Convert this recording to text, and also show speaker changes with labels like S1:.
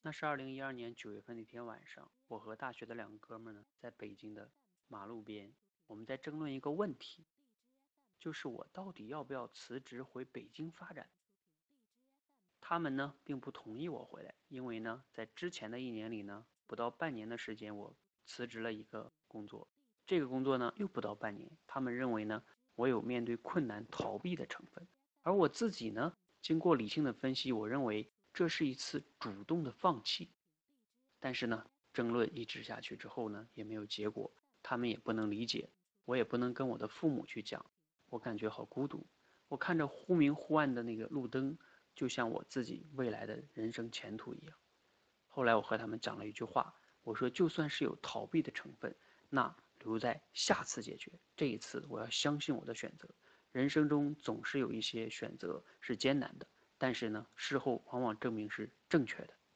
S1: 那是2012年9月份的一天晚上，我和大学的2个哥们呢，在北京的马路边，我们在争论一个问题，就是我到底要不要辞职回北京发展。他们呢，并不同意我回来，因为呢，在之前的1年里呢，不到半年的时间，我辞职了一个工作，这个工作呢，又不到半年，他们认为呢，我有面对困难逃避的成分，而我自己呢，经过理性的分析，我认为这是一次主动的放弃。但是呢，争论一直下去之后呢，也没有结果，他们也不能理解，我也不能跟我的父母去讲，我感觉好孤独。我看着忽明忽暗的那个路灯，就像我自己未来的人生前途一样。后来我和他们讲了一句话，我说就算是有逃避的成分，那留在下次解决。这一次我要相信我的选择。人生中总是有一些选择是艰难的，但是呢，事后往往证明是正确的。